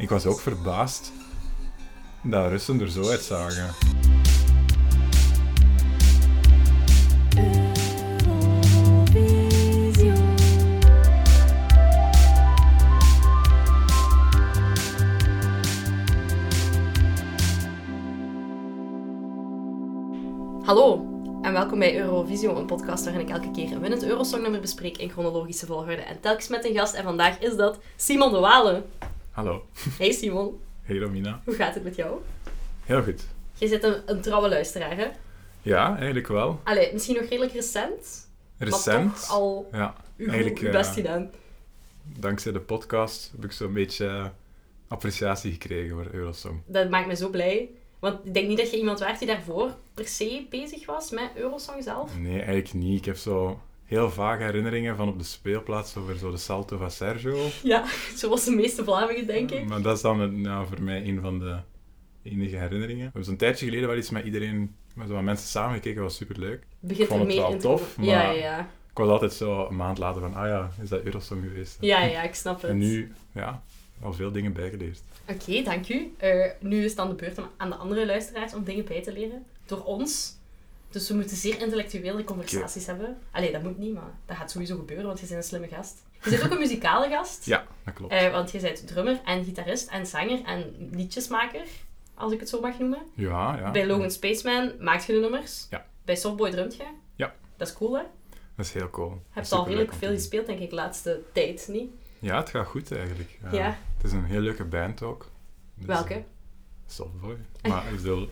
Ik was ook verbaasd dat Russen er zo uitzagen. Hallo en welkom bij Eurovisio, een podcast waarin ik elke keer een winnend Eurosongnummer bespreek in chronologische volgorde en telkens met een gast. En vandaag is dat Simon de Walen. Hallo. Hey Simon. Hey Romina. Hoe gaat het met jou? Heel goed. Je bent een trouwe luisteraar, hè? Ja, eigenlijk wel. Allee, misschien nog redelijk recent. Recent. Maar toch al ja, uw best gedaan. Dankzij de podcast heb ik zo'n beetje appreciatie gekregen voor Eurosong. Dat maakt me zo blij. Want ik denk niet dat je iemand werd die daarvoor per se bezig was met Eurosong zelf. Nee, eigenlijk niet. Ik heb zo heel vage herinneringen van op de speelplaats over zo de Salto van Sergio. Ja, zoals de meeste Vlamingen, denk ik. Maar dat is dan voor mij een van de enige herinneringen. We hebben zo'n tijdje geleden wel iets met iedereen, met zo wat mensen samengekeken, dat was superleuk. Begint ik vond het wel tof, maar ja. ik was altijd zo een maand later van, is dat Eurosong geweest? Ja, ik snap het. En nu, al veel dingen bijgeleerd. Oké, dank u. Nu is het dan de beurt aan de andere luisteraars om dingen bij te leren. Door ons. Dus we moeten zeer intellectuele conversaties hebben. Allee, dat moet niet, maar dat gaat sowieso gebeuren, want je bent een slimme gast. Je bent ook een muzikale gast. Ja, dat klopt. Want je bent drummer en gitarist en zanger en liedjesmaker, als ik het zo mag noemen. Ja. Bij Logan Spaceman maak je de nummers. Ja. Bij Softboy drumt je. Ja. Dat is cool, hè? Dat is heel cool. Je hebt al redelijk veel gespeeld, denk ik, de laatste tijd, niet? Ja, het gaat goed eigenlijk. Ja. Het is een heel leuke band ook. Dus, welke? Softboy. Maar ik bedoel,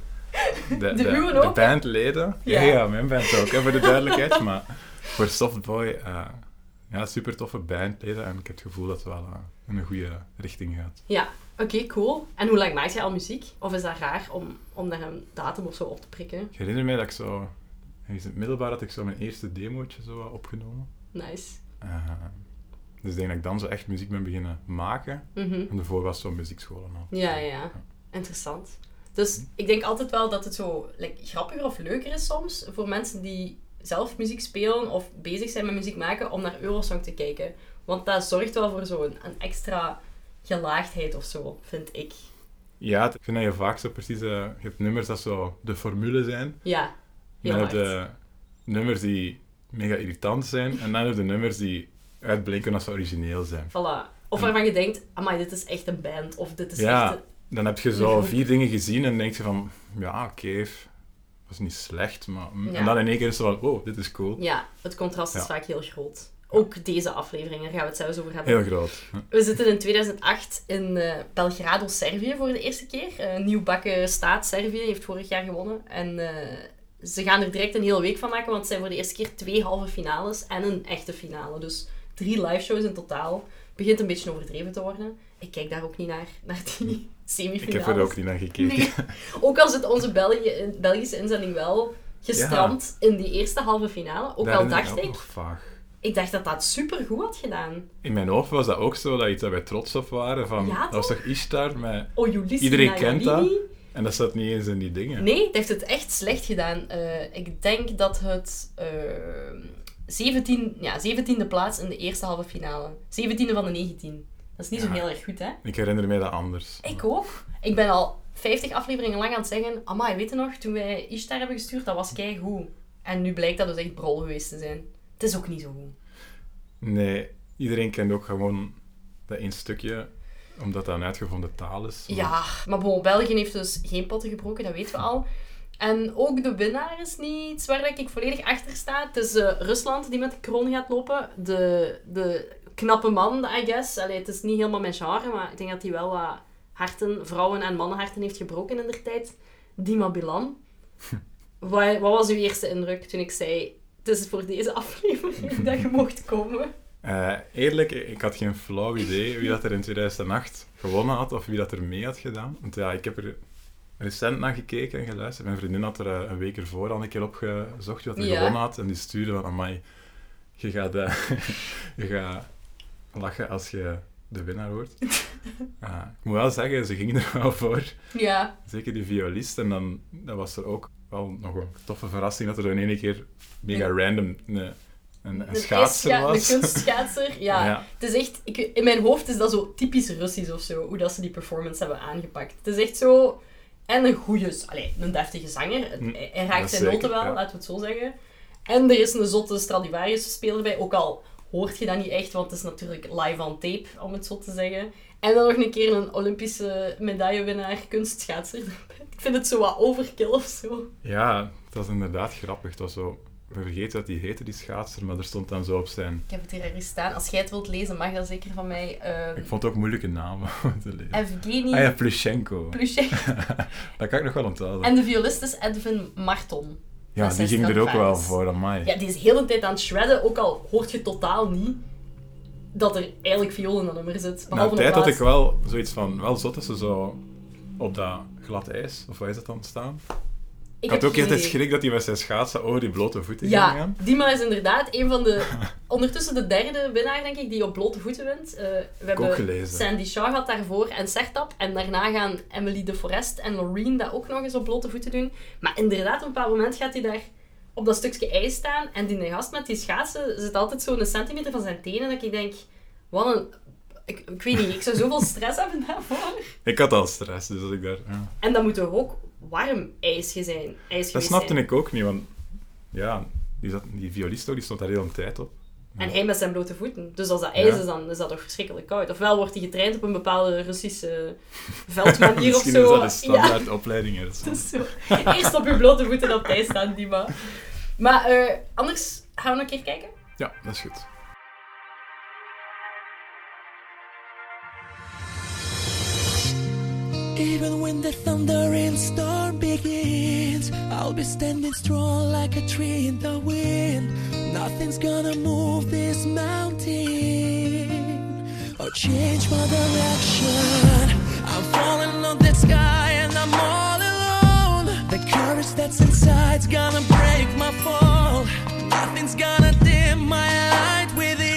de bandleden. Ja, mijn band ook, hè, voor de duidelijkheid. Maar voor Softboy, super toffe bandleden. En ik heb het gevoel dat het wel in een goede richting gaat. Ja, oké, cool. En hoe lang maak je al muziek? Of is dat raar om daar een datum of zo op te prikken? Ik herinner mij dat ik zo... In het middelbaar had ik zo mijn eerste demootje zo opgenomen. Nice. Dus ik denk dat ik dan zo echt muziek ben beginnen maken. Mm-hmm. En daarvoor was zo'n muziekschool al. Ja. Interessant. Dus ik denk altijd wel dat het zo grappiger of leuker is soms voor mensen die zelf muziek spelen of bezig zijn met muziek maken om naar Eurosong te kijken. Want dat zorgt wel voor zo'n extra gelaagdheid of zo, vind ik. Ja, ik vind dat je vaak zo precies... je hebt nummers dat zo de formule zijn. Ja, heel dan hard. heb je nummers die mega irritant zijn. En dan heb je de nummers die uitblinken als ze origineel zijn. Voilà. Of waarvan je denkt, amai, dit is echt een band. Of dit is echt... Dan heb je zo 4 dingen gezien en denk je van... Ja, oké, dat was niet slecht, maar... Ja. En dan in één keer is het van... Oh, dit is cool. Ja, het contrast is vaak heel groot. Ook deze aflevering, daar gaan we het zelfs over hebben. Heel groot. We zitten in 2008 in Belgrado, Servië voor de eerste keer. Nieuwbakken staat Servië, heeft vorig jaar gewonnen. En ze gaan er direct een hele week van maken, want het zijn voor de eerste keer 2 halve finales en een echte finale. Dus 3 live shows in totaal. Begint een beetje overdreven te worden. Ik kijk daar ook niet naar die semifinales. Ik heb er ook niet naar gekeken. Nee. Ook al zit onze Belgische inzending wel gestrand in die eerste halve finale. Ook al dacht ik... nog vaag. Ik dacht dat dat supergoed had gedaan. In mijn hoofd was dat ook zo, dat iets dat wij trots op waren. Van, Ja, dat was toch Ishtar? Met... Ulysses Iedereen kent dat. Nayarini. En dat zat niet eens in die dingen. Nee, het heeft het echt slecht gedaan. Ik denk dat het 17e plaats in de eerste halve finale. 17e van de 19. Dat is niet zo heel erg goed, hè? Ik herinner mij dat anders. Ik ook. Ik ben al 50 afleveringen lang aan het zeggen... Amai, weet je nog, toen wij Ishtar hebben gestuurd, dat was keigoed. En nu blijkt dat dus echt brol geweest te zijn. Het is ook niet zo goed. Nee, iedereen kent ook gewoon dat één stukje, omdat dat een uitgevonden taal is. Maar... Ja, maar bon, België heeft dus geen potten gebroken, dat weten we al. En ook de winnaar is niet iets waar ik volledig achter sta. Het is Rusland die met de kroon gaat lopen. De knappe man, I guess. Allee, het is niet helemaal mijn genre, maar ik denk dat hij wel wat vrouwen- en mannenharten heeft gebroken in der tijd. Dima Bilan. Wat was uw eerste indruk toen ik zei... Het is voor deze aflevering dat je mocht komen? Eerlijk, ik had geen flauw idee wie dat er in 2008 gewonnen had of wie dat er mee had gedaan. Want ik heb er recent naar gekeken en geluisterd. Mijn vriendin had er een week ervoor al een keer opgezocht wie dat er gewonnen had. En die stuurde van, amai, je gaat lachen als je de winnaar hoort. Ik moet wel zeggen, ze gingen er wel voor. Ja. Zeker die violist. En dan dat was er ook wel nog een toffe verrassing dat er in één keer mega random een een schaatser was. Een kunstschaatser, ja. Het is echt... in mijn hoofd is dat zo typisch Russisch of zo, hoe dat ze die performance hebben aangepakt. Het is echt zo... En een goeie... een deftige zanger. Hij raakt zijn noten wel, laten we het zo zeggen. En er is een zotte Stradivarius-speler bij, ook al hoort je dat niet echt, want het is natuurlijk live on tape, om het zo te zeggen. En dan nog een keer een Olympische medaillewinnaar kunstschaatser. Ik vind het zo wat overkill of zo. Ja, dat is inderdaad grappig. Het was zo... We vergeten dat die heette, die schaatser, maar er stond dan zo op zijn... Ik heb het hier ergens staan. Als jij het wilt lezen, mag dat zeker van mij. Ik vond het ook moeilijke namen om te lezen. Evgeny... Ah ja, Plushenko. Plushenko. Dat kan ik nog wel onthouden. En de violist is Edwin Marton. Ja, die ging er ook wel voor, amai. Ja, die is de hele tijd aan het shredden, ook al hoort je totaal niet dat er eigenlijk viool in dat nummer zit. Na een tijd had ik wel zoiets van, wel zot dat ze zo op dat glad ijs, of wat is dat dan, staan? Ik had ook altijd schrik dat hij met zijn schaatsen over die blote voeten ging gaan. Ja, Dima is inderdaad een van de... Ondertussen de derde winnaar, denk ik, die op blote voeten wint. We hebben gelezen. Sandy Shaw had daarvoor en Sertab. En daarna gaan Emily de Forest en Loreen dat ook nog eens op blote voeten doen. Maar inderdaad, op een bepaald moment gaat hij daar op dat stukje ijs staan. En die gast met die schaatsen zit altijd zo'n centimeter van zijn tenen. Dat ik denk, wat een... Ik weet niet, ik zou zoveel stress hebben daarvoor. Ik had al stress, dus als ik daar... Ja. En dan moet er ook warm ijs zijn. Dat snapte ik ook niet, want... Ja, die violist ook, die stond daar heel een tijd op. Ja. En hij met zijn blote voeten. Dus als dat ijs is, dan is dat toch verschrikkelijk koud. Ofwel wordt hij getraind op een bepaalde Russische veldmanier of zo. Misschien is dat de standaard opleiding. Dus zo. Eerst op je blote voeten op het ijs staan, Dima. Maar anders gaan we nog een keer kijken? Ja, dat is goed. Even when the thunder and storm begins, I'll be standing strong like a tree in the wind. Nothing's gonna move this mountain or change my direction. I'm falling on the sky and I'm all alone. The courage that's inside's gonna break my fall. Nothing's gonna dim my light within.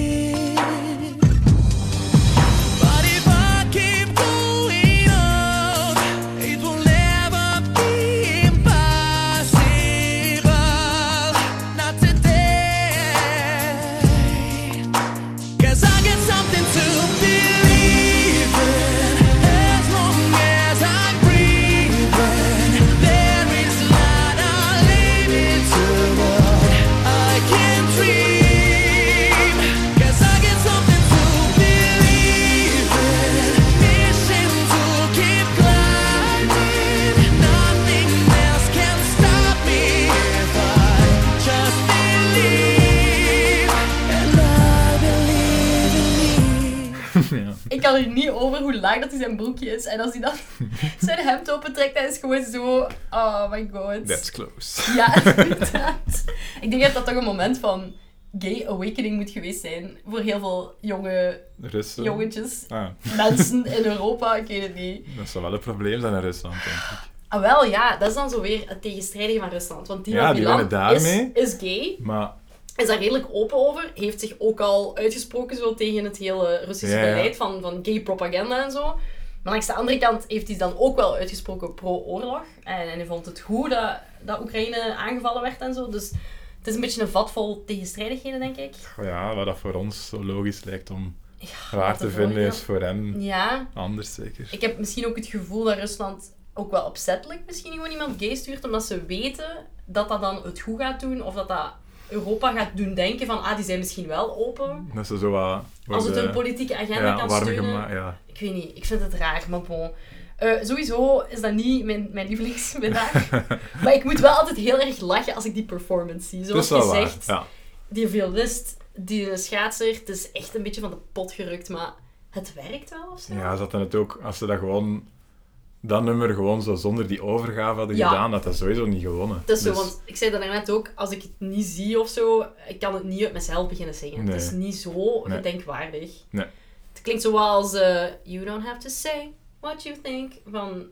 Ik kan er niet over hoe laag dat hij zijn broekje is. En als hij dan zijn hemd opentrekt, hij is gewoon zo... Oh my god. That's close. Ja, inderdaad. Ik denk dat dat toch een moment van gay awakening moet geweest zijn. Voor heel veel jonge jongetjes. Mensen in Europa, ik weet het niet. Dat zou wel een probleem zijn in Rusland, denk ik. Ah wel, ja. Dat is dan zo weer het tegenstrijdige van Rusland. Want Dima Bilan is gay. Maar... Is daar redelijk open over. Heeft zich ook al uitgesproken zo tegen het hele Russische beleid van gay propaganda en zo. Maar langs de andere kant heeft hij dan ook wel uitgesproken pro-oorlog. En hij vond het goed dat Oekraïne aangevallen werd en zo. Dus het is een beetje een vat vol tegenstrijdigheden, denk ik. Ja, wat dat voor ons zo logisch lijkt om waar te vinden, is voor hem anders zeker. Ik heb misschien ook het gevoel dat Rusland ook wel opzettelijk misschien gewoon iemand gay stuurt, omdat ze weten dat dat dan het goed gaat doen, of dat Europa gaat doen denken van, die zijn misschien wel open. Dat ze zo wat... Als het hun politieke agenda kan steunen. Ik weet niet, ik vind het raar, maar bon. Sowieso is dat niet mijn lievelingswinnaar. Maar ik moet wel altijd heel erg lachen als ik die performance zie. Zoals je zegt, die violist, die schaatser, het is echt een beetje van de pot gerukt, maar het werkt wel of zo. Ja, ze hadden het ook, als ze dat gewoon... Dat nummer gewoon zo zonder die overgave hadden gedaan, dat sowieso niet gewonnen. Het is zo, want ik zei dat daarnet ook, als ik het niet zie of zo, ik kan het niet uit mezelf beginnen zingen. Nee. Het is niet zo gedenkwaardig. Nee. Het klinkt zoals You don't have to say what you think van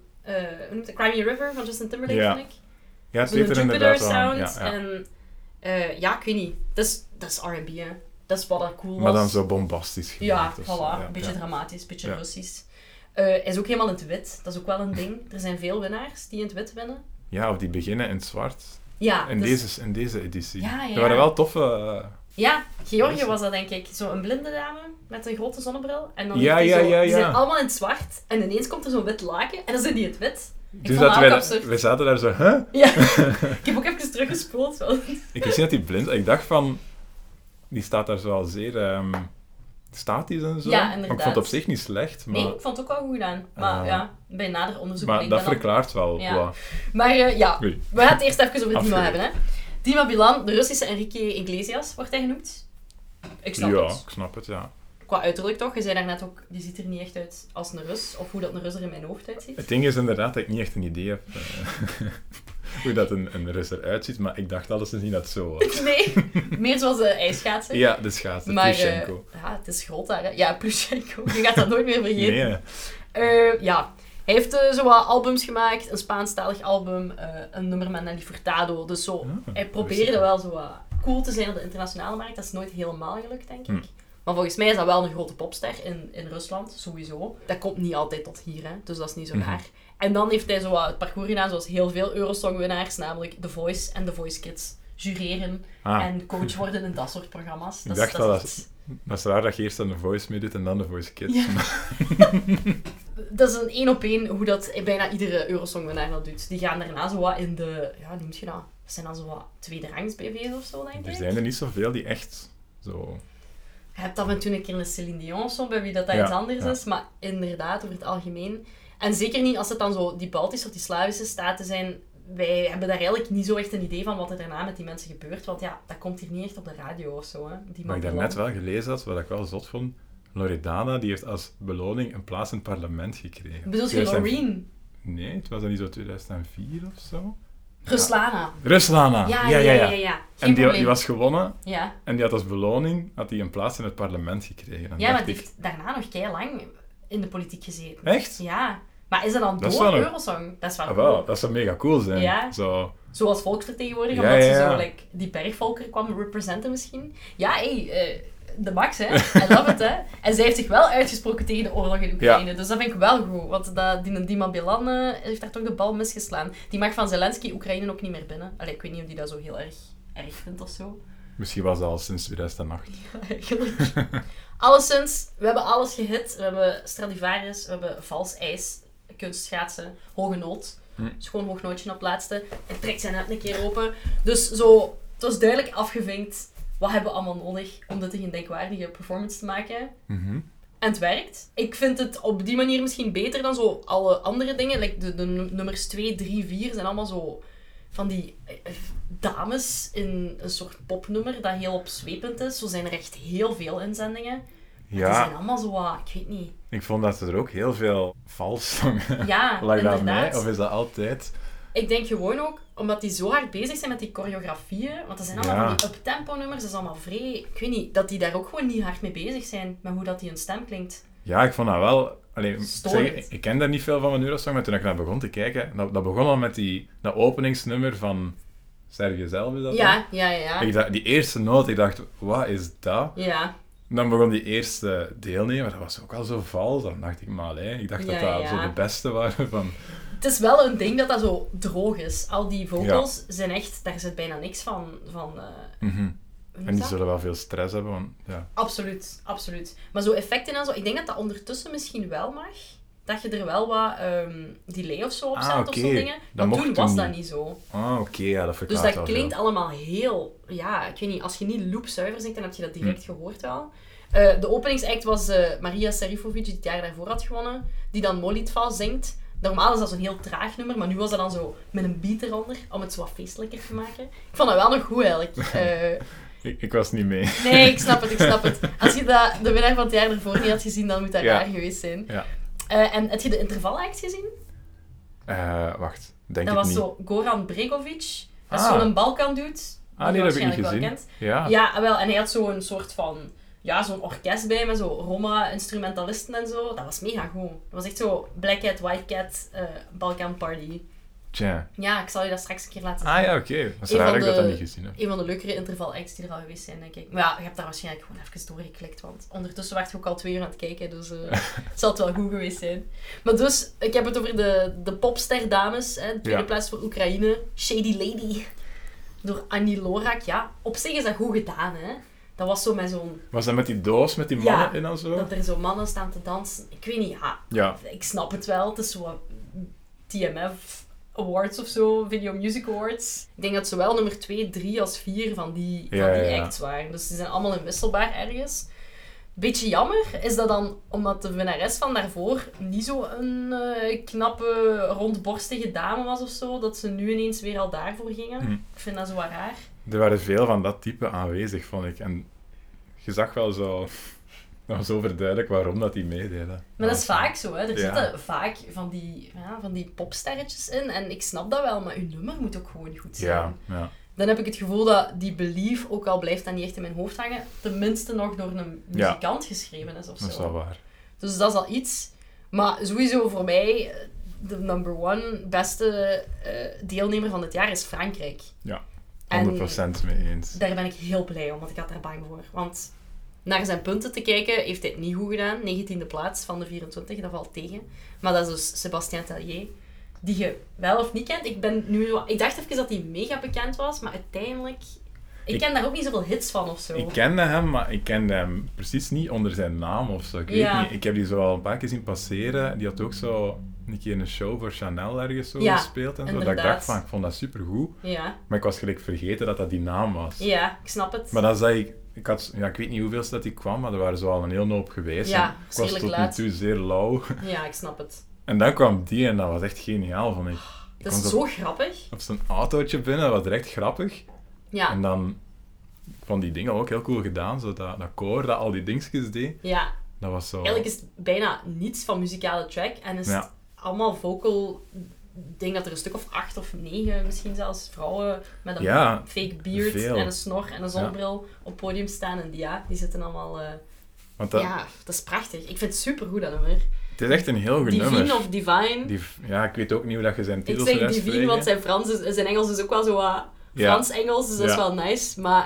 Cry Me a River van Justin Timberlake, vind ik. Ja, het heeft er inderdaad sound. En ik weet niet. Dat is R&B, hè. Dat is wat dat cool was. Maar dan zo bombastisch gemaakt. Ja, voilà. Een beetje dramatisch, een beetje Russisch. Hij is ook helemaal in het wit. Dat is ook wel een ding. Er zijn veel winnaars die in het wit winnen. Ja, of die beginnen in het zwart. Ja. In deze editie. Ja. Er waren wel toffe Ja, Georgië was dat denk ik. Zo'n blinde dame met een grote zonnebril. En dan Ja, heeft die ja. Die zijn allemaal in het zwart. En ineens komt er zo'n wit laken. En dan zit die in het wit. Ik Dus vond dat dat ook absurd. wij zaten daar zo, huh? Ja, ik heb ook even teruggespoeld. Want... Ik wist niet dat hij blind was. Ik dacht van, die staat daar zo al zeer statisch en zo. Ja, Maar inderdaad. ik vond het op zich niet slecht. Maar, Nee, ik vond het ook wel goed gedaan. Maar ja, bij nader onderzoek maar bleek dat dan- verklaart wel Ja. wat. Maar ja, Oei. we gaan het eerst even over Dima Afgeleid. hebben. Hè. Dima Bilan, de Russische Enrique Iglesias, wordt hij genoemd. Ik snap Ja, het. ik snap het, ja. Qua uiterlijk toch? Je zei daarnet ook, die ziet er niet echt uit als een Rus. Of hoe dat een Rus er in mijn hoofd uitziet. Het ding is inderdaad dat ik niet echt een idee heb hoe dat een Rus eruit ziet, maar ik dacht alleszins niet dat het zo was. Nee, meer zoals de ijsschaatsen. Ja, de schaatser, Maar Plushenko. ja, het is groot daar. Hè. Ja, Plushenko. Je gaat dat nooit meer vergeten. Nee, Ja, hij heeft zo wat albums gemaakt. Een Spaanstalig album. Een nummer met Nelly Furtado. Dus zo, hij probeerde wel zo wat cool te zijn op de internationale markt. Dat is nooit helemaal gelukt, denk ik. Maar volgens mij is dat wel een grote popster in Rusland, sowieso. Dat komt niet altijd tot hier, hè. Dus dat is niet zo raar. En dan heeft hij zo wat het parcours gedaan, zoals heel veel Eurosong-winnaars, namelijk The Voice en The Voice Kids. Jureren en coach worden in dat soort programma's. Ik dacht dat al, is dat is raar dat je eerst aan de Voice meedoet en dan de Voice Kids. Ja. Dat is een 1-op-1 hoe dat bijna iedere Eurosong-winnaar dat doet. Die gaan daarna zo wat in de... Ja, hoe noem je dat? Dat zijn dan zo wat tweederangs BV's of zo, denk ik. Er zijn er niet zoveel die echt zo... Je hebt af en toe een keer een Céline Dion of zo, bij wie dat Ja, iets anders ja. is. Maar inderdaad, over het algemeen. En zeker niet als het dan zo die Baltische of die Slavische staten zijn. Wij hebben daar eigenlijk niet zo echt een idee van wat er daarna met die mensen gebeurt. Want ja, dat komt hier niet echt op de radio of zo. Hè. Die Maar ik Magellan. daarnet wel gelezen had, wat ik wel zot vond, Loredana, die heeft als beloning een plaats in het parlement gekregen. Bedoel je 2000 Loreen? Nee, het was dan niet zo 2004 of zo? Ruslana. Ruslana! Ja. En Geen die probleem. was gewonnen Ja, en die had als beloning een plaats in het parlement gekregen. Dan ja maar dacht die ik, heeft daarna nog keilang in de politiek gezeten. echt? Ja. Maar is dat dan Dat is door wel een- Eurosong? Dat is wel Ah, wel, cool. dat zou mega cool zijn. Ja. Zo. Zoals volksvertegenwoordiger, Ja, omdat ja, ze ja. zo die bergvolkeren kwam representen misschien. Ja, de max, hè. I love it, hè. En zij heeft zich wel uitgesproken tegen de oorlog in Oekraïne. Dus dat vind ik wel goed. Want Dima Bilan heeft daar toch de bal misgeslaan. Die mag van Zelensky Oekraïne ook niet meer binnen. Allee, ik weet niet of die dat zo heel erg vindt of zo. Misschien was dat al sinds 2008. Eigenlijk. Alleszins, we hebben alles gehit. We hebben Stradivarius, we hebben vals ijs, kunstschaatsen, hoge noot. Dus gewoon hoog nootje op het laatste. En trekt zijn net een keer open. Dus zo, het was duidelijk afgevinkt. Wat hebben we allemaal nodig om dit een gedenkwaardige performance te maken? En het werkt. Ik vind het op die manier misschien beter dan zo alle andere dingen. Like de nummers 2, 3, 4 zijn allemaal zo van die dames in een soort popnummer dat heel opzwepend is. Zo zijn er echt heel veel inzendingen. Die zijn Ja, allemaal zo wat, ik weet niet. ik vond dat er ook heel veel vals zongen. Ja, Lag dat aan mij? inderdaad. Of is dat altijd... Ik denk gewoon ook, omdat die zo hard bezig zijn met die choreografieën, want dat zijn allemaal Ja. van die up-tempo nummers, dat is allemaal vrij... Ik weet niet, dat die daar ook gewoon niet hard mee bezig zijn, met hoe dat die hun stem klinkt. Ja, ik vond dat wel... Allee, Storend. ik ken daar niet veel van van Eurosong, maar toen ik naar begon te kijken, dat begon al met dat openingsnummer van Serge zelf, is dat dan? Ja. Ik dacht, die eerste noot, ik dacht, wat is dat? Ja, Dan begon die eerste deelnemer, dat was ook al zo vals. Dan dacht ik, maar allee, ik dacht dat Ja, dat ja. zo de beste waren van... het is wel een ding dat dat zo droog is. Al die vocals zijn echt, daar zit bijna niks van hoe En is die dat? zullen wel veel stress hebben, want ja... Absoluut. Maar zo effecten en zo, ik denk dat dat ondertussen misschien wel mag. Dat je er wel wat delay of zo op zet of zo dingen. Dat Maar mocht toen toen was dat niet. niet zo. Ah, oké, ja, dat Dus verklaart dat wel klinkt veel. allemaal heel... Ja, ik weet niet, als je niet loopzuiver zingt, dan heb je dat direct gehoord wel. De openingsact was Maria Serifovic, die het jaar daarvoor had gewonnen, die dan Molitva zingt. Normaal is dat zo'n heel traag nummer, maar nu was dat dan zo met een beat eronder, om het zo wat feestelijker te maken. Ik vond dat wel nog goed, eigenlijk. Ik was niet mee. Nee, ik snap het. Als je de winnaar van het jaar ervoor niet had gezien, dan moet dat Ja. raar geweest zijn. Ja. En heb je de intervalact gezien? Wacht, denk Dat ik was niet. zo Goran Bregovic, dat is Ah. zo'n Balkan-dude. Ah, nee, dat heb ik niet gezien. Ja. Ja, wel, en hij had zo'n soort van... Ja, zo'n orkest bij met zo Roma-instrumentalisten en zo. Dat was mega goed. Dat was echt zo Black Cat, White Cat, Balkan Party. Tja. Ja, ik zal je dat straks een keer laten zien. Ah ja, oké. Dat is Een raar van dat ik dat de- niet gezien heb. Een van de leukere interval-acts die er al geweest zijn, denk ik. Maar ja, je hebt daar waarschijnlijk gewoon even doorgeklikt, want ondertussen werd je ook al 2 uur aan het kijken, dus het zal het wel goed geweest zijn. Maar dus, ik heb het over de popster-dames, hè, de tweede Ja. plaats voor Oekraïne, Shady Lady, door Annie Lorak. Ja, op zich is dat goed gedaan, hè. Dat was zo met zo'n... Was dat met die doos, met die mannen in en zo? Dat er zo mannen staan te dansen. Ik weet niet, Ja. ik snap het wel. Het is zo TMF Awards of zo, Video Music Awards. Ik denk dat zowel nummer 2, 3 als 4 van die acts waren. Dus die zijn allemaal inwisselbaar ergens. Beetje jammer is dat dan, omdat de winnares van daarvoor niet zo een knappe, rondborstige dame was of zo, dat ze nu ineens weer al daarvoor gingen. Ik vind dat zo wat raar. Er waren veel van dat type aanwezig, vond ik. En je zag wel zo... Dat was overduidelijk waarom dat die meededen. Maar dat is vaak zo, hè. Er zitten vaak van die popsterretjes in. En ik snap dat wel, maar uw nummer moet ook gewoon goed zijn. Ja. Dan heb ik het gevoel dat die Belief, ook al blijft dat niet echt in mijn hoofd hangen, tenminste nog door een muzikant geschreven is of zo. Dat is wel waar. Dus dat is al iets. Maar sowieso voor mij, de number one beste deelnemer van dit jaar is Frankrijk. Ja, 100% mee eens. Daar ben ik heel blij om, want ik had daar bang voor. Want naar zijn punten te kijken, heeft hij het niet goed gedaan. 19e plaats van de 24, dat valt tegen. Maar dat is dus Sébastien Tellier, die je wel of niet kent. Ik dacht even dat hij mega bekend was, maar uiteindelijk... Ik ken daar ook niet zoveel hits van of zo. Ik kende hem, maar ik kende hem precies niet onder zijn naam of zo. Ik weet niet. Ik heb die zo al een paar keer zien passeren. Die had ook zo een keer een show voor Chanel ergens zo gespeeld en zo. Dat ik dacht van, ik vond dat supergoed. Ja. Maar ik was gelijk vergeten dat dat die naam was. Ja, ik snap het. Maar dan zei ik... Ik weet niet hoeveel dat die kwam, maar er waren zo al een hele hoop geweest. Ja, ik was tot nu toe zeer lauw. Ja, ik snap het. En dan kwam die en dat was echt geniaal, vond ik. Dat is zo grappig. Op zo'n autootje binnen, dat was direct grappig. Ja. En dan vond die dingen ook heel cool gedaan, zo dat koor dat al die dingetjes deed. Ja. Dat was zo... Eigenlijk is het bijna niets van muzikale track en is het allemaal vocal... Ik denk dat er een stuk of 8 of 9, misschien zelfs, vrouwen met een fake beard en een snor en een zonnebril op het podium staan. En die zitten allemaal... Ja, dat is prachtig. Ik vind het supergoed, dat nummer. Het is echt een heel goed nummer. Divine of Divine? Ja, ik weet ook niet hoe dat je zijn titels Ik zeg Divine, want zijn Engels is ook wel zo Frans-Engels, dus dat is wel nice. Maar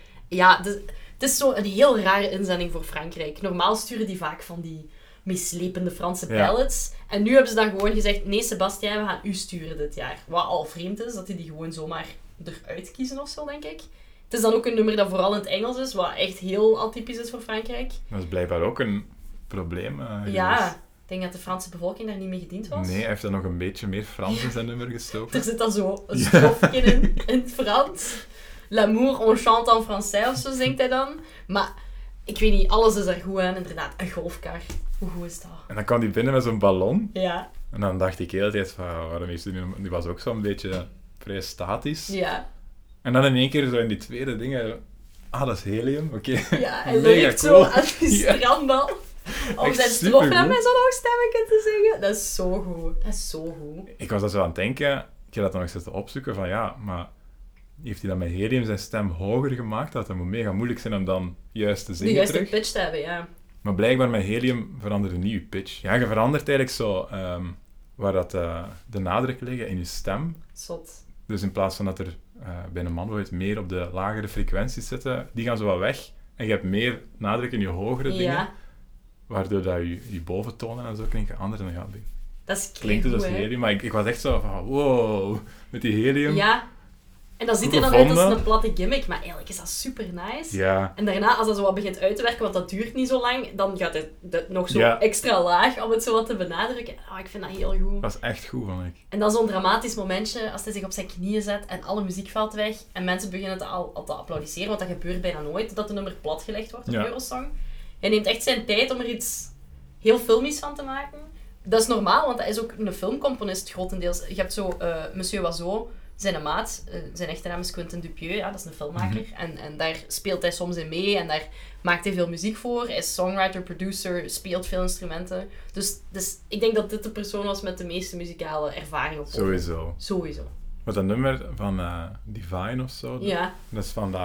het is zo een heel rare inzending voor Frankrijk. Normaal sturen die vaak van die meeslepende Franse ballads. En nu hebben ze dan gewoon gezegd, nee Sébastien, we gaan u sturen dit jaar. Wat al vreemd is, dat die gewoon zomaar eruit kiezen of zo, denk ik. Het is dan ook een nummer dat vooral in het Engels is, wat echt heel atypisch is voor Frankrijk. Dat is blijkbaar ook een probleem. Ja, ik denk dat de Franse bevolking daar niet mee gediend was. Nee, hij heeft er nog een beetje meer Frans in zijn nummer gestoken. Er zit dan zo een strofje in het Frans. L'amour, on chante en français of zo, zingt hij dan. Maar ik weet niet, alles is er goed aan. Inderdaad, een golfkar. Hoe goed is dat? En dan kwam hij binnen met zo'n ballon. Ja. En dan dacht ik de hele tijd van, waarom is die was ook zo'n beetje vrij statisch. Ja. En dan in één keer zo in die tweede dingen, dat is helium, oké. Ja, hij ligt zo aan die strandbal. Om zijn strofnaam met zo'n hoog stemmetje te zingen. Dat is zo goed. Dat is zo goed. Ik was dat zo aan het denken, ik heb dat dan nog zitten opzoeken van maar heeft hij dan met helium zijn stem hoger gemaakt? Dat moet mega moeilijk zijn om dan juist te zingen terug. De juiste pitch te hebben, ja. Maar blijkbaar met helium veranderde niet je pitch. Ja, je verandert eigenlijk zo waar dat de nadruk liggen in je stem. Zot. Dus in plaats van dat er bij een man bijvoorbeeld meer op de lagere frequenties zitten, die gaan zo wat weg. En je hebt meer nadruk in je hogere dingen. Waardoor dat je boventonen en zo klinken anders. En dat is klinkt dus als helium. Maar ik was echt zo van, wow, met die helium. Ja. En dat ziet er dan uit als een platte gimmick, maar eigenlijk is dat super nice. Ja. En daarna, als dat zo wat begint uit te werken, want dat duurt niet zo lang, dan gaat het nog zo extra laag om het zo wat te benadrukken. Oh, ik vind dat heel goed. Dat is echt goed, vond ik. En dan zo'n dramatisch momentje, als hij zich op zijn knieën zet en alle muziek valt weg en mensen beginnen al te applaudisseren, want dat gebeurt bijna nooit, dat de nummer platgelegd wordt op Eurosong. Hij neemt echt zijn tijd om er iets heel filmisch van te maken. Dat is normaal, want hij is ook een filmcomponist grotendeels. Je hebt zo Monsieur Oiseau, zijn maat, zijn echte naam is Quentin Dupieux, ja, dat is een filmmaker. En daar speelt hij soms in mee en daar maakt hij veel muziek voor. Hij is songwriter, producer, speelt veel instrumenten. Dus ik denk dat dit de persoon was met de meeste muzikale ervaring op podium. Sowieso. Wat dat nummer van Divine of zo, dat is van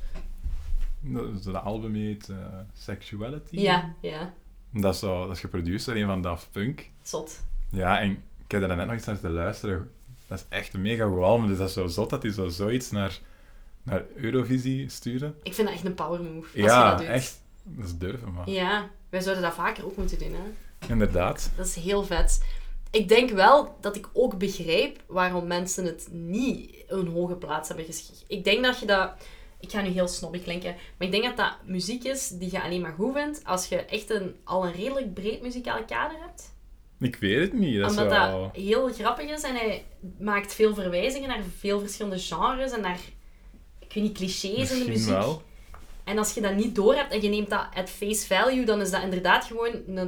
dat album heet Sexuality. Ja. Dat is geproduceerd door een van Daft Punk. Zot. Ja, en ik heb daar net nog iets naar te luisteren. Dat is echt een mega goed album. Dus dat is zo zot dat hij zoiets naar Eurovisie sturen. Ik vind dat echt een power move. Als je dat doet. Echt. Dat is durven, man. Ja, wij zouden dat vaker ook moeten doen, hè. Inderdaad. Dat is heel vet. Ik denk wel dat ik ook begrijp waarom mensen het niet een hoge plaats hebben geschreven. Ik denk dat je dat... Ik ga nu heel snobbig klinken, maar ik denk dat dat muziek is die je alleen maar goed vindt als je echt al een redelijk breed muzikaal kader hebt. Ik weet het niet. Dat is Omdat wel... dat heel grappig is en hij maakt veel verwijzingen naar veel verschillende genres en naar, ik weet niet, clichés in de Misschien muziek. wel. En als je dat niet doorhebt en je neemt dat at face value, dan is dat inderdaad gewoon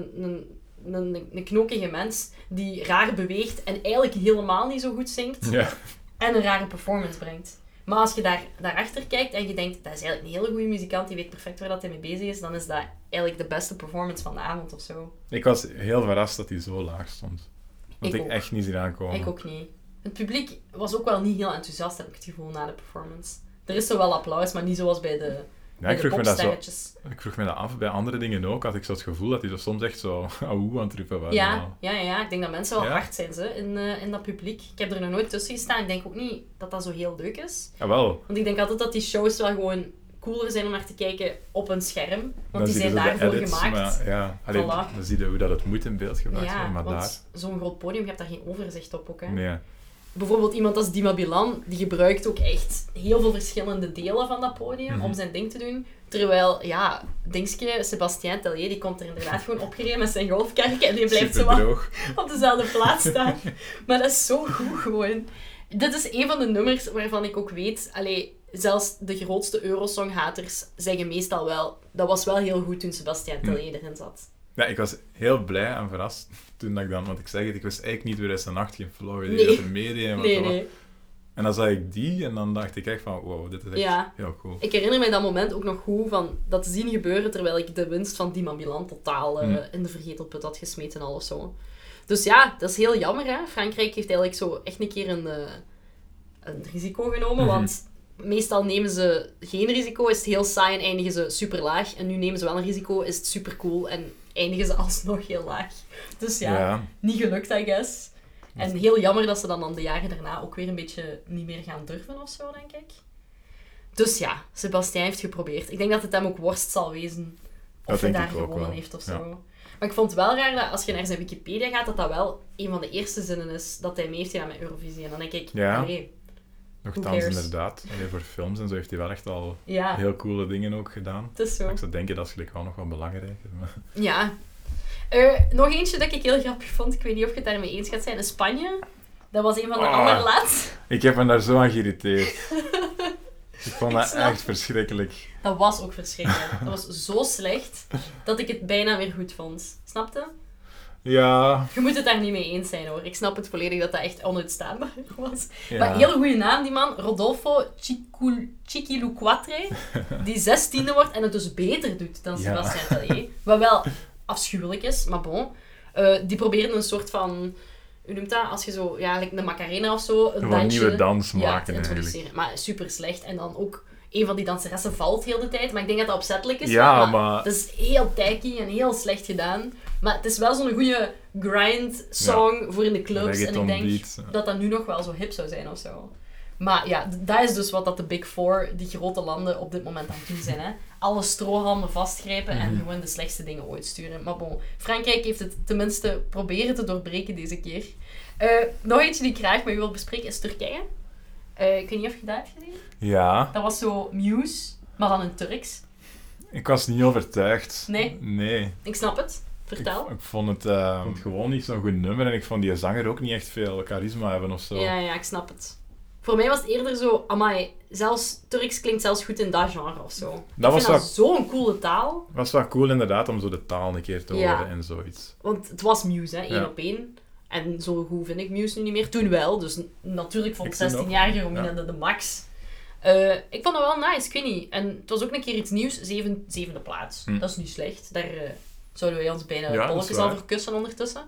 een knokige mens die raar beweegt en eigenlijk helemaal niet zo goed zingt Ja. en een rare performance brengt. Maar als je daarachter kijkt en je denkt, dat is eigenlijk een hele goede muzikant, die weet perfect waar dat hij mee bezig is, dan is dat eigenlijk de beste performance van de avond of zo. Ik was heel verrast dat hij zo laag stond. Dat Ik ik ook. echt niet zien aankomen. Ik ook niet. Het publiek was ook wel niet heel enthousiast, heb ik het gevoel, na de performance. Er is zo wel applaus, maar niet zoals bij de, Ja, ik de vroeg me dat zo... popsterretjes. Ik vroeg me dat af, bij andere dingen ook, had ik zo het gevoel dat hij zo soms echt zo auw aan het roepen was. Ja. Ik denk dat mensen wel Ja? hard zijn in dat publiek. Ik heb er nog nooit tussen gestaan. Ik denk ook niet dat dat zo heel leuk is. Jawel. Want ik denk altijd dat die shows wel gewoon cooler zijn om naar te kijken op een scherm. Want Dan die zie je zijn zo de daarvoor edits, gemaakt. Maar, ja. Allee, Voilà. dan zie je hoe dat het moet in beeld gebracht Ja, worden, maar want zo'n groot podium, je hebt daar geen overzicht op ook. Hè. daar... Nee. Bijvoorbeeld iemand als Dima Bilan, die gebruikt ook echt heel veel verschillende delen van dat podium om zijn ding te doen. Terwijl, ja, dingske, Sébastien Tellier, die komt er inderdaad gewoon opgereden met zijn golfkarretje en die blijft zo wat Superdroog. op dezelfde plaats staan. Maar dat is zo goed gewoon. Dit is een van de nummers waarvan ik ook weet, zelfs de grootste Eurosong-haters zeggen meestal wel, dat was wel heel goed toen Sébastien Tellier erin zat. Ja, ik was heel blij en verrast toen dat ik dan... Want ik zeg het, ik wist eigenlijk niet hoe zijn nacht geen flauw idee Nee. dat er meedeed en wat Nee, dat was. nee. En dan zag ik die en dan dacht ik echt van, wow, dit is echt Ja. heel cool. Ik herinner me dat moment ook nog goed van dat te zien gebeuren terwijl ik de winst van Dima Bilan totaal in de vergetelput had gesmeten al of zo. Dus ja, dat is heel jammer hè. Frankrijk heeft eigenlijk zo echt een keer een risico genomen, want meestal nemen ze geen risico, is het heel saai en eindigen ze super laag. En nu nemen ze wel een risico, is het super cool en eindigen ze alsnog heel laag. Dus ja, niet gelukt I guess. En heel jammer dat ze dan de jaren daarna ook weer een beetje niet meer gaan durven of zo, denk ik. Dus ja, Sébastien heeft geprobeerd. Ik denk dat het hem ook worst zal wezen of Dat hij denk daar ik ook gewonnen wel. heeft of zo. Ja. Maar ik vond het wel raar dat als je naar zijn Wikipedia gaat, dat dat wel een van de eerste zinnen is dat hij mee heeft gedaan met Eurovisie. En dan denk ik, Ja. allee, Nogthans, cares? inderdaad. Allee, voor films en zo heeft hij wel echt al ja, heel coole dingen ook gedaan. het is zo. Ik zou denken, dat is gelijk wel nog wel belangrijk. Maar... Ja. Nog eentje dat ik heel grappig vond, ik weet niet of je het daarmee eens gaat zijn, in Spanje. Dat was een van de allerlaatste. Ik heb me daar zo aan geïrriteerd. Ik vond Ik dat snap echt verschrikkelijk. Dat was ook verschrikkelijk. Dat was zo slecht dat ik het bijna weer goed vond. Snapte? Ja. Je moet het daar niet mee eens zijn hoor. Ik snap het volledig dat dat echt onuitstaanbaar was. Ja. Maar een hele goede naam, die man. Rodolfo Chiquiluquatre. Die 16e wordt en het dus beter doet dan Ja. Sébastien Tellier. Wat wel afschuwelijk is, maar bon. Die probeerde een soort van... Hoe noemt dat? Als je zo, ja, like een Macarena of zo, een Een dansje... nieuwe dans ja, maken te eigenlijk. introduceren. Maar super slecht. En dan ook... Een van die danseressen valt heel de tijd, maar ik denk dat dat opzettelijk is. Ja, wel, maar- het is heel tacky en heel slecht gedaan. Maar het is wel zo'n goede grind-song voor in de clubs. En ik Reggaeton denk beat, ja. dat dat nu nog wel zo hip zou zijn of zo. Maar ja, dat is dus wat dat de Big Four, die grote landen, op dit moment aan het doen zijn. Hè. Alle strohalmen vastgrijpen en gewoon de slechtste dingen ooit sturen. Maar bon, Frankrijk heeft het tenminste proberen te doorbreken deze keer. Nog eentje die ik graag met u wil bespreken is Turkije. Ik weet niet of je dat hebt gezien. Ja. Dat was zo Muse, maar dan in Turks. Ik was niet overtuigd. Nee? Nee. Ik snap het. Vertel. Ik vond het gewoon niet zo'n goed nummer en ik vond die zanger ook niet echt veel charisma hebben of zo. Ja, ik snap het. Voor mij was het eerder zo, amai, zelfs Turks klinkt zelfs goed in dat genre of zo. Dat was ik vind dat zo'n coole taal. Het was wel cool inderdaad om zo de taal een keer te horen Ja. en zoiets. Want het was Muse, hè, 1 Ja. op 1. En zo goed vind ik Muse nu niet meer. Toen wel, dus natuurlijk vond Ik toen ook. 16-jarige Romina Ja. de max. Ik vond dat wel nice, ik weet niet. En het was ook een keer iets nieuws, zevende plaats. Dat is niet slecht. Daar zouden wij ons bijna Ja, dat bolletjes is waar. al voor kussen ondertussen.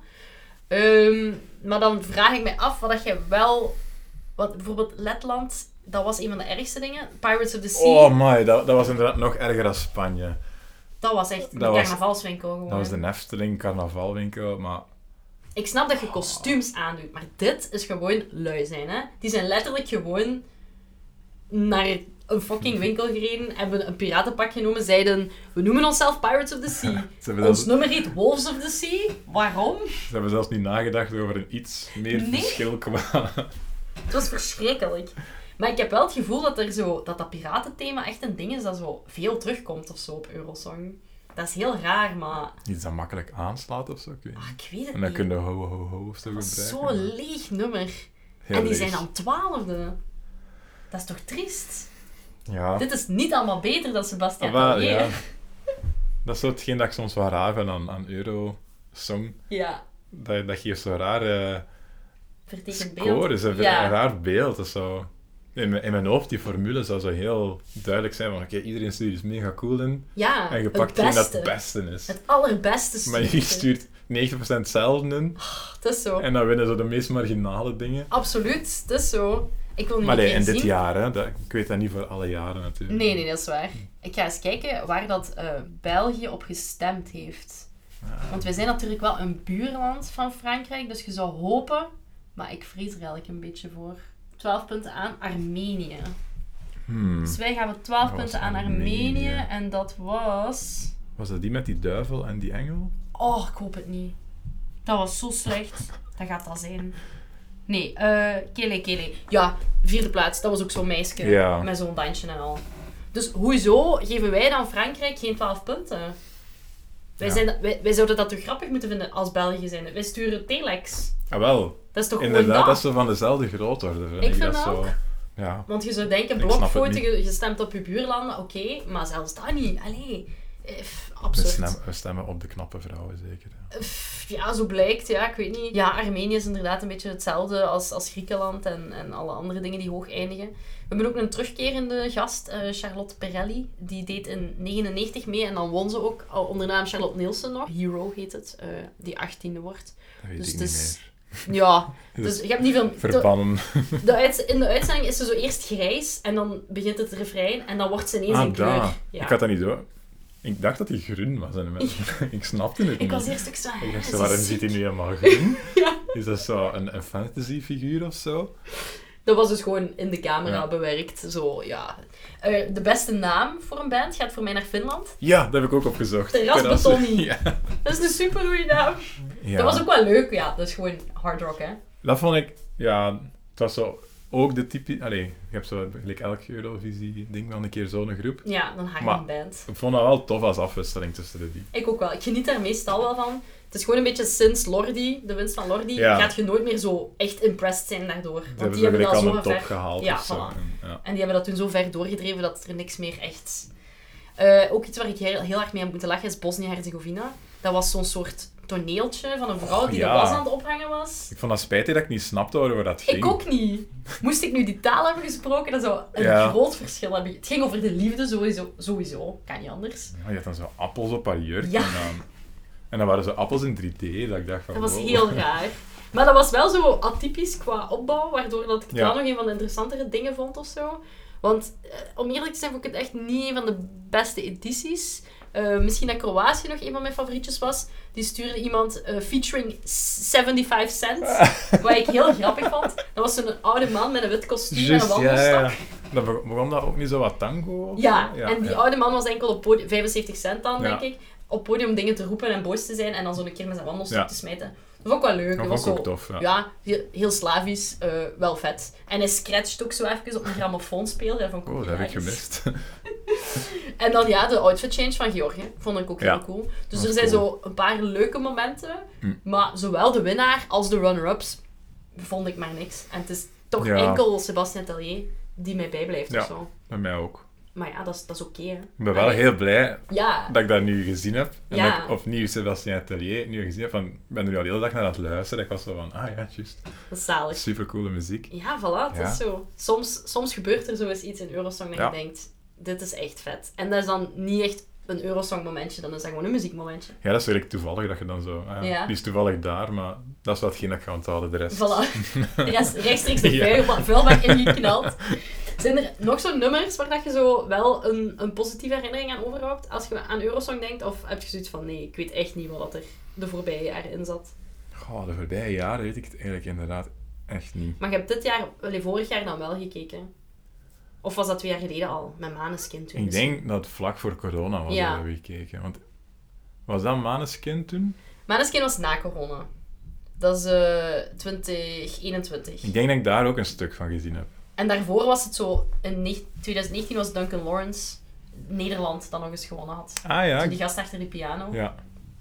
Maar dan vraag ik mij af wat dat je wel... Want bijvoorbeeld Letland, dat was een van de ergste dingen. Pirates of the Sea, Oh my, dat was inderdaad nog erger dan Spanje. dat was echt een dat was- carnavalswinkel gewoon. Dat was de Efteling carnavalwinkel, maar... Ik snap dat je kostuums aandoet, maar dit is gewoon lui zijn, hè. Die zijn letterlijk gewoon naar een fucking winkel gereden, hebben een piratenpak genomen, zeiden, we noemen onszelf Pirates of the Sea. Ze hebben, Ons zelfs, nummer heet Wolves of the Sea. Waarom? ze hebben zelfs niet nagedacht over een iets meer Nee. verschil qua... Het was verschrikkelijk. Maar ik heb wel het gevoel dat piratenthema echt een ding is dat zo veel terugkomt of zo op Eurosong. Dat is heel raar, maar... Iets dat makkelijk aanslaat of zo, ik weet niet. ik weet het En dan niet. kun je ho ho ho of zo Dat is gebruiken. zo'n leeg nummer. Heel en die leeg. zijn dan 12e. Dat is toch triest? Ja. Dit is niet allemaal beter dan Sebastian Maar, Tellier. ja. Dat is zo hetgeen dat ik soms wel raar vind aan Eurosong. Ja, Dat geeft zo'n rare vertekend beeld. score, is een Ja. raar beeld. Dat is zo... In mijn hoofd, die formule zou zo heel duidelijk zijn van oké, iedereen stuurt iets mega cool in. Ja, En je het pakt geen dat beste. het beste is. Het allerbeste Maar je stuurt. stuurt 90% hetzelfde in. Het is zo. En dan winnen ze de meest marginale dingen. Absoluut, het is zo. Ik wil nu Maar een nee, keer in dit zien. jaar, hè. Ik weet dat niet voor alle jaren natuurlijk. Nee, dat is waar. Ik ga eens kijken waar dat België op gestemd heeft. Want wij zijn natuurlijk wel een buurland van Frankrijk, dus je zou hopen, maar ik vrees er eigenlijk een beetje voor. 12 punten aan Armenië. Dus wij gaan 12 Dat was punten aan Armenië. Armenië en dat was... Was dat die met die duivel en die engel? Oh, ik hoop het niet. Dat was zo slecht. Dat gaat dat zijn. Nee, Kele. Ja, 4e plaats. Dat was ook zo'n meisje Ja. met zo'n dansje en al. Dus hoezo geven wij dan Frankrijk geen 12 punten? Wij zouden dat toch grappig moeten vinden als België zijn. Wij sturen telex. Ah, wel. Dat is toch Inderdaad, gewoon dat is zo van dezelfde grootorde. Ik vind dat dat zo... ook. Ja. Want je zou denken, Ik snap het blokfoto, niet. je stemt op je buurlanden, oké, maar zelfs dat niet. Allee, We absurd. stemmen op de knappe vrouwen, zeker. Ja. Ja, zo blijkt, ja, ik weet niet. Ja, Armenië is inderdaad een beetje hetzelfde als Griekenland en alle andere dingen die hoog eindigen. We hebben ook een terugkerende gast, Charlotte Perelli. Die deed in 99 mee en dan won ze ook onder naam Charlotte Nielsen nog. Hero heet het, die 18e wordt. Dat weet Dus ik het niet is- meer. Ja, Dus dus je hebt niet veel... Verbannen. In de uitzending is ze zo eerst grijs en dan begint het refrein en dan wordt ze ineens in kleur. daar. Ja. Ik had dat niet door. Ik dacht dat hij groen was. Ik snapte het Ik niet. was eerst ook zo... Ik dacht, ze zo, waarom is ziet hij ziek. nu helemaal groen? Ja. Is dat zo een fantasy-figuur of zo? Dat was dus gewoon in de camera Ja. bewerkt. Zo, ja. De beste naam voor een band gaat voor mij naar Finland. Ja, dat heb ik ook opgezocht. Terrasbetonni. Ja. Dat is een super goede naam. Ja. Dat was ook wel leuk, ja. Dat is gewoon hard rock, hè. Dat vond ik... Ja, het was zo... Ook de typische... Allee, je hebt zo gelijk elk Eurovisie-ding wel een keer zo'n groep. Ja, dan haak ik Maar- een band. Ik vond dat wel tof als afwisseling tussen de die. Ik ook wel. Ik geniet daar meestal wel van. Het is gewoon een beetje sinds Lordi, de winst van Lordi, Ja. gaat je nooit meer zo echt impressed zijn daardoor. Ze Want hebben die zo hebben gelijk dat al zo een top ver... gehaald Ja, of zo. voilà. En, ja. En die hebben dat toen zo ver doorgedreven dat er niks meer echt... ook iets waar ik heel hard mee heb moeten lachen is Bosnië-Herzegovina. Dat was zo'n soort toneeltje van een vrouw die ja. de was aan het ophangen was. Ik vond dat spijtig dat ik niet snapte waarover dat ging. Ik ook niet. Moest ik nu die taal hebben gesproken, dat zou een Ja. groot verschil hebben. Het ging over de liefde sowieso. Kan niet anders. Ja, je had dan zo appels op haar jurk. Ja. En dan waren zo appels in 3D, dat ik dacht van... Dat was wow. heel raar. Maar dat was wel zo atypisch qua opbouw, waardoor dat ik het Ja. wel nog een van de interessantere dingen vond of zo. Want om eerlijk te zijn vond ik het echt niet een van de beste edities. Misschien dat Kroatië nog een van mijn favorietjes was. Die stuurde iemand featuring 75 cent. Wat ik heel grappig vond. Dat was zo'n oude man met een wit kostuum en een Juist, wandelstok. ja. Dan begon dat ook niet zo wat tango? of Ja, zo? en die oude man was enkel op podium, 75 cent dan, Ja. denk ik. Op podium dingen te roepen en boos te zijn en dan zo'n keer met zijn wandelstok Ja. te smijten. Dat vond ik wel leuk. Dat was vond ik zo, ook tof, ja. ja, heel Slavisch, wel vet. En hij scratcht ook zo even op een grammofoonspeler. Dat vond ik ook Oh, dat heb ik hilarisch. gemist. En dan ja, de outfit change van Georgië vond ik ook Ja. heel cool. Dus Dat er is zijn cool. zo een paar leuke momenten. Hm. Maar zowel de winnaar als de runner-ups vond ik maar niks. En het is toch Ja. enkel Sebastian Tellier die mij bijblijft Ja. of zo. Bij mij ook. Maar ja, dat is oké, hè. Ik ben wel Allee, heel blij Ja, dat ik dat nu gezien heb. En Ja. dat ik opnieuw Sébastien Tellier nu gezien heb. Van, ik ben er nu al de hele dag naar aan het luisteren. Ik was zo van, ah ja, juist. dat is zalig. Supercoole muziek. Ja, voilà, het Ja. is zo. Soms gebeurt er zo eens iets in Eurosong dat Ja. je denkt, dit is echt vet. En dat is dan niet echt een Eurosong momentje, dan is dat gewoon een muziekmomentje. Ja, dat is eigenlijk toevallig dat je dan zo... Ah, ja, Ja. Die is toevallig daar, maar dat is wel hetgeen dat ik ga onthouden. De rest... Voilà. Rechtstreeks de Ja. vuilbak ingeknald. Zijn er nog zo'n nummers waar dat je zo wel een positieve herinnering aan overhoudt als je aan Eurosong denkt? Of heb je zoiets van, nee, ik weet echt niet wat er de voorbije jaren in zat? Goh, de voorbije jaren weet ik het eigenlijk inderdaad echt niet. Maar je hebt dit jaar, vorig jaar dan wel gekeken. Of was dat 2 jaar geleden al? Met Maneskin toen Ik misschien. denk dat het vlak voor corona was Ja. dat we gekeken. Want was dat Maneskin toen? Maneskin was na corona. Dat is 2021. Ik denk dat ik daar ook een stuk van gezien heb. En daarvoor was het zo, in 2019 was Duncan Lawrence, Nederland, dat nog eens gewonnen had. Ah ja. Zo die gast achter die piano. Ja.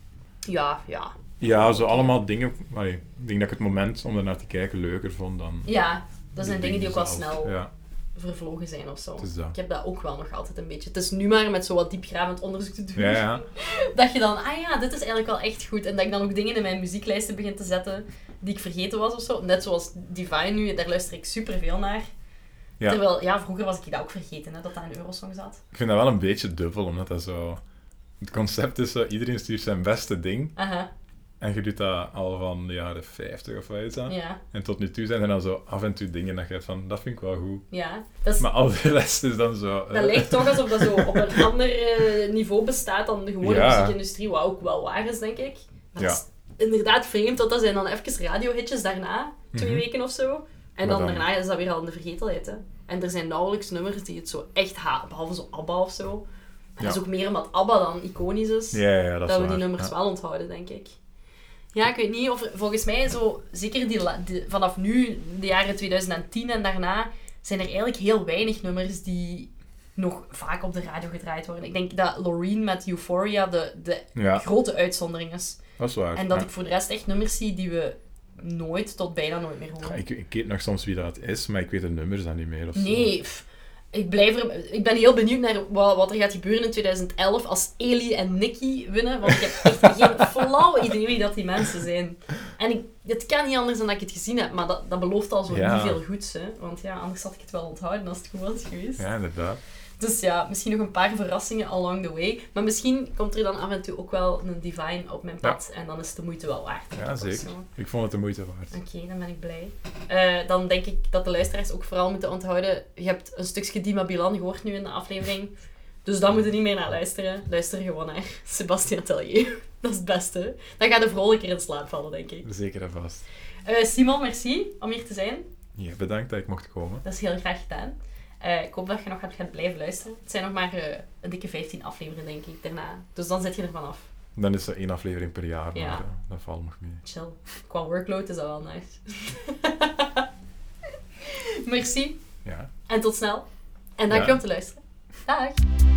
Ja. Ja, zo allemaal dingen... Allee, ik denk dat ik het moment om er naar te kijken leuker vond dan... Ja, dat zijn dingen die ook wel zelf. snel Ja. vervlogen zijn of zo. Het is dat. Ik heb dat ook wel nog altijd een beetje. Het is nu maar met zo wat diepgravend onderzoek te doen. Ja. Dat je dan, dit is eigenlijk wel echt goed. En dat ik dan ook dingen in mijn muzieklijsten begin te zetten die ik vergeten was of zo. Net zoals Divine nu, daar luister ik superveel naar. Ja. Terwijl, vroeger was ik dat ook vergeten, hè, dat dat in Eurosong zat. Ik vind dat wel een beetje dubbel, omdat dat zo... Het concept is zo, iedereen stuurt zijn beste ding. Aha, En je doet dat al van de jaren 50 of wat is dat? ja. En tot nu toe zijn er dan zo af en toe dingen dat je hebt van, dat vind ik wel goed. Ja, dat, is, Maar al de rest is dan zo... dat lijkt toch alsof dat zo op een ander niveau bestaat dan de gewone Ja. muziekindustrie, wat ook wel waar is, denk ik. Maar Ja. het is inderdaad vreemd, dat zijn dan even radiohitjes daarna, 2 weken of zo. En dan Maar dan- daarna is dat weer al in de vergetelheid, hè. En er zijn nauwelijks nummers die het zo echt halen, behalve zo ABBA of zo. En dat is ook meer omdat ABBA dan iconisch is, Ja, dat is dat we waar. die nummers Ja. wel onthouden, denk ik. Ja, ik weet niet of... Volgens mij, zo, zeker vanaf nu, de jaren 2010 en daarna, zijn er eigenlijk heel weinig nummers die nog vaak op de radio gedraaid worden. Ik denk dat Loreen met Euphoria de Ja, grote uitzondering is. dat is waar. En dat Ja. ik voor de rest echt nummers zie die we nooit tot bijna nooit meer horen. Ik weet nog soms wie dat is, maar ik weet de nummers dan niet meer. Of zo. Nee, ik ben heel benieuwd naar wat er gaat gebeuren in 2011 als Eli en Nicky winnen, want ik heb echt geen flauw idee wie dat die mensen zijn. En het kan niet anders dan dat ik het gezien heb, maar dat belooft al zo Ja. niet veel goeds, hè. Want ja, anders had ik het wel onthouden als het goed was geweest. Ja, inderdaad. Dus ja, misschien nog een paar verrassingen along the way, maar misschien komt er dan af en toe ook wel een Divine op mijn pad en dan is de moeite wel waard. Ja, of zeker. zo. Ik vond het de moeite waard. Oké, dan ben ik blij. Dan denk ik dat de luisteraars ook vooral moeten onthouden. Je hebt een stukje Dima Bilan gehoord nu in de aflevering. Dus daar moet je niet meer naar luisteren. Luister gewoon naar Sébastien Tellier. Dat is het beste. Dan gaat de vrolijker in slaap vallen, denk ik. Zeker en vast. Simon, merci om hier te zijn. Ja, bedankt dat ik mocht komen. Dat is heel graag gedaan. Ik hoop dat je nog gaat blijven luisteren. Het zijn nog maar een dikke 15 afleveringen, denk ik, daarna. Dus dan zit je er vanaf. Dan is er 1 aflevering per jaar, Ja. maar dat valt nog mee. Chill. Qua workload is dat wel nice. Merci. Ja. En tot snel. En dank je Ja. om te luisteren. Dag.